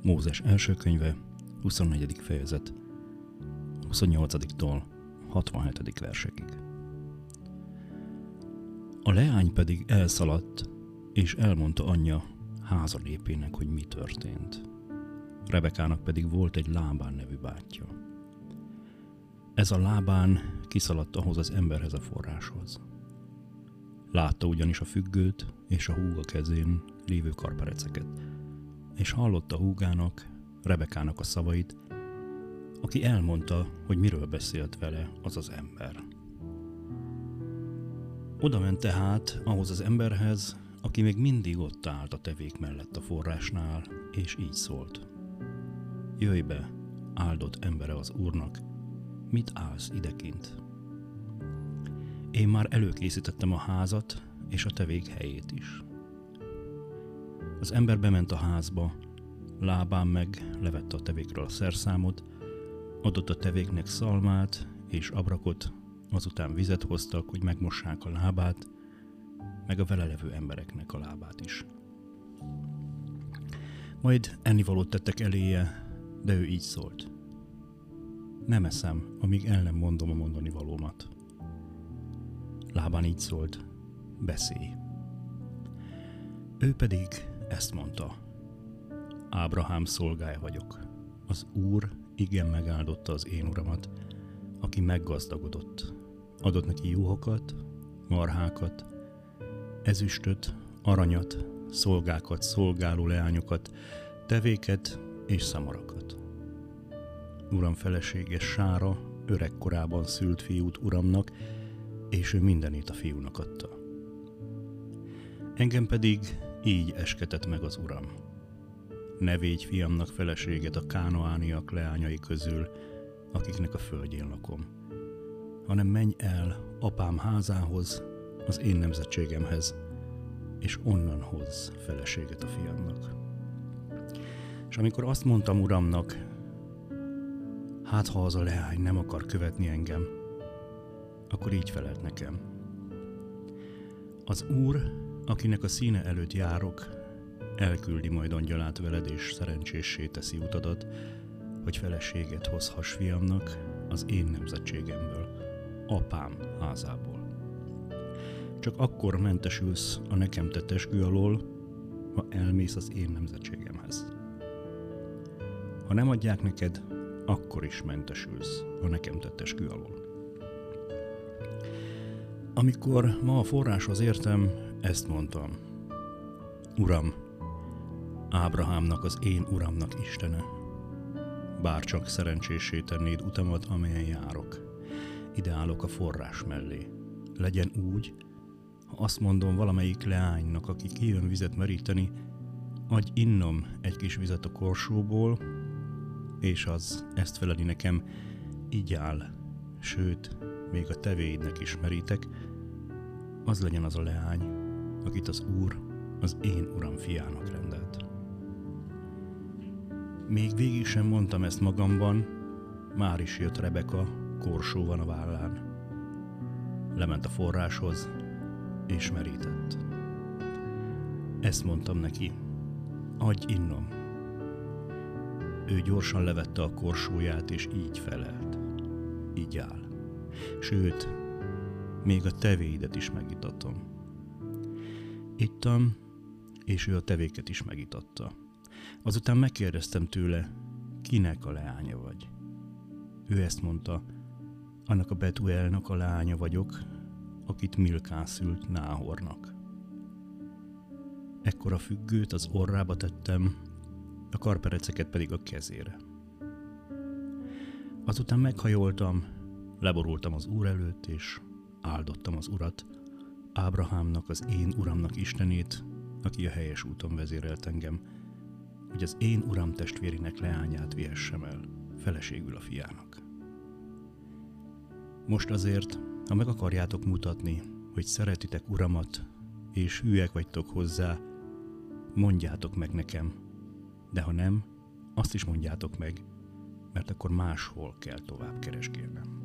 Mózes első könyve, 24. fejezet, 28-tól 67. versekig. A leány pedig elszaladt, és elmondta anyja háza népének, hogy mi történt. Rebekának pedig volt egy Lábán nevű bátyja. Ez a Lábán kiszaladt ahhoz az emberhez a forráshoz. Látta ugyanis a függőt és a húga kezén lévő karpereceket, és hallotta húgának, Rebekának a szavait, aki elmondta, hogy miről beszélt vele az az ember. Oda ment tehát ahhoz az emberhez, aki még mindig ott állt a tevék mellett a forrásnál, és így szólt. Jöjj be, áldott embere az Úrnak, mit állsz idekint? Én már előkészítettem a házat és a tevék helyét is. Az ember bement a házba, Lábán meg levette a tevékről a szerszámot, adott a tevéknek szalmát és abrakot, azután vizet hoztak, hogy megmossák a lábát, meg a vele levő embereknek a lábát is. Majd ennivalót tettek eléje, de ő így szólt. Nem eszem, amíg el nem mondom a mondani valómat. Lábán így szólt, beszélj. Ő pedig ezt mondta. Ábrahám szolgája vagyok. Az Úr igen megáldotta az én uramat, aki meggazdagodott. Adott neki juhokat, marhákat, ezüstöt, aranyat, szolgákat, szolgáló leányokat, tevéket és szamarakat. Uram felesége Sára öregkorában szült fiút uramnak, és ő mindenét a fiúnak adta. Engem pedig így esketett meg az Uram. Ne védj fiamnak feleséget a kánaániak leányai közül, akiknek a földjén lakom, hanem menj el apám házához, az én nemzetségemhez, és onnan hozz feleséget a fiamnak. És amikor azt mondtam Uramnak, hát ha az a leány nem akar követni engem, akkor így felelt nekem. Az Úr, akinek a színe előtt járok, elküldi majd angyalát veled, és szerencséssé teszi utadat, hogy feleséget hozhass fiamnak az én nemzetségemből, apám házából. Csak akkor mentesülsz a nekem tett eskü alól, ha elmész az én nemzetségemhez. Ha nem adják neked, akkor is mentesülsz a nekem tett eskü alól. Amikor ma a forráshoz értem, ezt mondtam. Uram, Ábrahámnak, az én uramnak Istene, bárcsak szerencséssé tennéd utamat, amelyen járok. Ide állok a forrás mellé. Legyen úgy, ha azt mondom valamelyik leánynak, aki kijön vizet meríteni, adj innom egy kis vizet a korsóból, és az ezt feleli nekem, így áll, sőt, még a tevéidnek is merítek, az legyen az a leány, akit az Úr az én uram fiának rendelt. Még végig sem mondtam ezt magamban, már is jött Rebeka, korsóban a vállán. Lement a forráshoz, és merített. Ezt mondtam neki, adj innom. Ő gyorsan levette a korsóját, és így felelt. Így áll. Sőt, még a tevéidet is megitatom. Ittam, és ő a tevéket is megitatta. Azután megkérdeztem tőle, kinek a leánya vagy. Ő ezt mondta, annak a Betuelnak a leánya vagyok, akit Milkán szült Náhornak. Ekkor a függőt az orrába tettem, a karpereceket pedig a kezére. Azután meghajoltam, leborultam az Úr előtt, és áldottam az Urat, Ábrahámnak, az én uramnak Istenét, aki a helyes úton vezérelt engem, hogy az én uram testvérének leányát vihessem el, feleségül a fiának. Most azért, ha meg akarjátok mutatni, hogy szeretitek uramat, és hűek vagytok hozzá, mondjátok meg nekem, de ha nem, azt is mondjátok meg, mert akkor máshol kell tovább keresgélnem.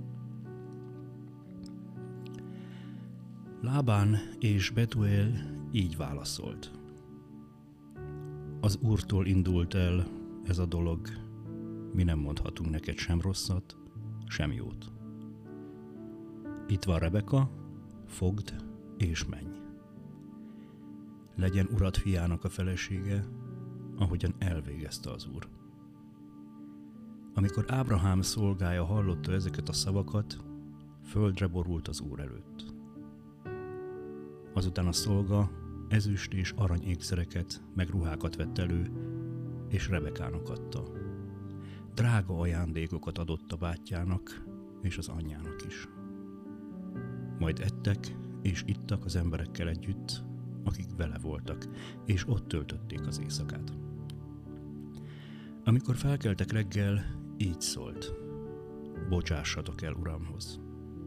Lábán és Betuel így válaszolt. Az Úrtól indult el ez a dolog, mi nem mondhatunk neked sem rosszat, sem jót. Itt van Rebeka, fogd és menj. Legyen urad fiának a felesége, ahogyan elvégezte az Úr. Amikor Ábrahám szolgája hallotta ezeket a szavakat, földre borult az Úr előtt. Azután a szolga ezüst és arany ékszereket, meg ruhákat vett elő, és Rebekának adta. Drága ajándékokat adott a bátyjának és az anyjának is. Majd ettek és ittak az emberekkel együtt, akik vele voltak, és ott töltötték az éjszakát. Amikor felkeltek reggel, így szólt: bocsássatok el uramhoz.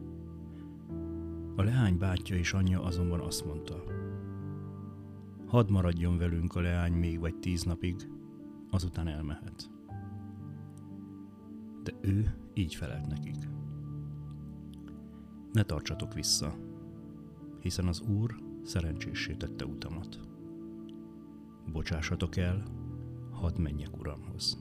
A leány bátyja és anyja azonban azt mondta: hadd maradjon velünk a leány még vagy 10 napig, azután elmehet. De ő így felelt nekik: ne tartsatok vissza, hiszen az Úr szerencséssé tette utamat. Bocsássatok el, hadd menjek uramhoz.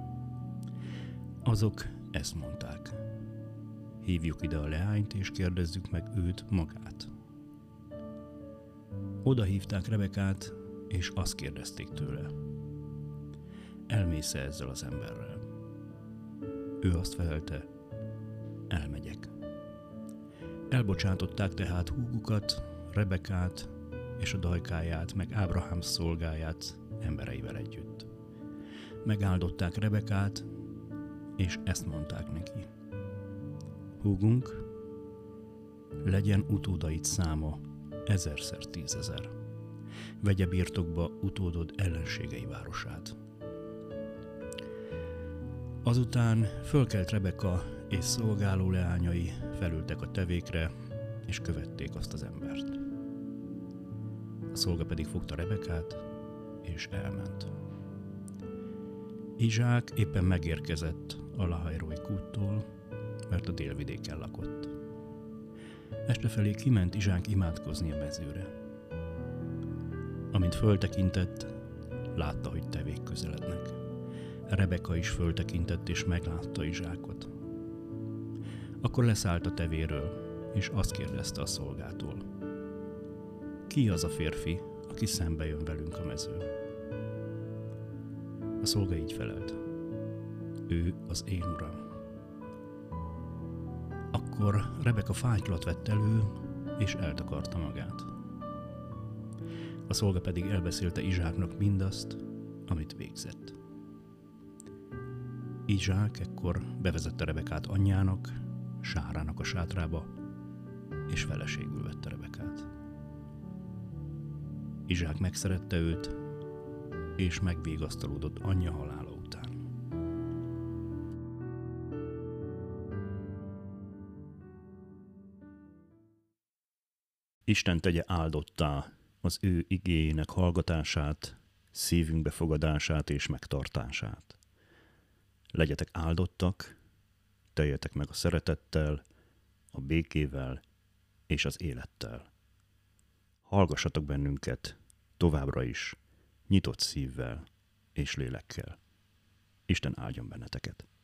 Azok ezt mondták: hívjuk ide a leányt, és kérdezzük meg őt magát. Oda hívták Rebekát, és azt kérdezték tőle: elmész-e ezzel az emberrel? Ő azt felelte: elmegyek. Elbocsátották tehát húgukat, Rebekát és a dajkáját, meg Ábrahám szolgáját embereivel együtt. Megáldották Rebekát, és ezt mondták neki: húgunk, legyen utódaid száma 1000-10 000. Vegye birtokba utódod ellenségei városát. Azután fölkelt Rebeka és szolgáló leányai, felültek a tevékre, és követték azt az embert. A szolga pedig fogta Rebekát, és elment. Izsák éppen megérkezett a Lahai-rói kúttól, mert a délvidéken lakott. Este felé kiment Izsák imádkozni a mezőre. Amint föltekintett, látta, hogy tevék közelednek. Rebeka is föltekintett, és meglátta Izsákot. Akkor leszállt a tevéről, és azt kérdezte a szolgától: ki az a férfi, aki szembe jön velünk a mezőn? A szolga így felelt: ő az én uram. Akkor Rebeka fátylat vett elő, és eltakarta magát. A szolga pedig elbeszélte Izsáknak mindazt, amit végzett. Izsák ekkor bevezette Rebekát anyjának, Sárának a sátrába, és feleségül vette Rebekát. Izsák megszerette őt, és megvégasztalódott anyja halála után. Isten tegye áldottá az ő igéjének hallgatását, szívünk befogadását és megtartását. Legyetek áldottak, teljetek meg a szeretettel, a békével és az élettel. Hallgassatok bennünket továbbra is, nyitott szívvel és lélekkel. Isten áldjon benneteket!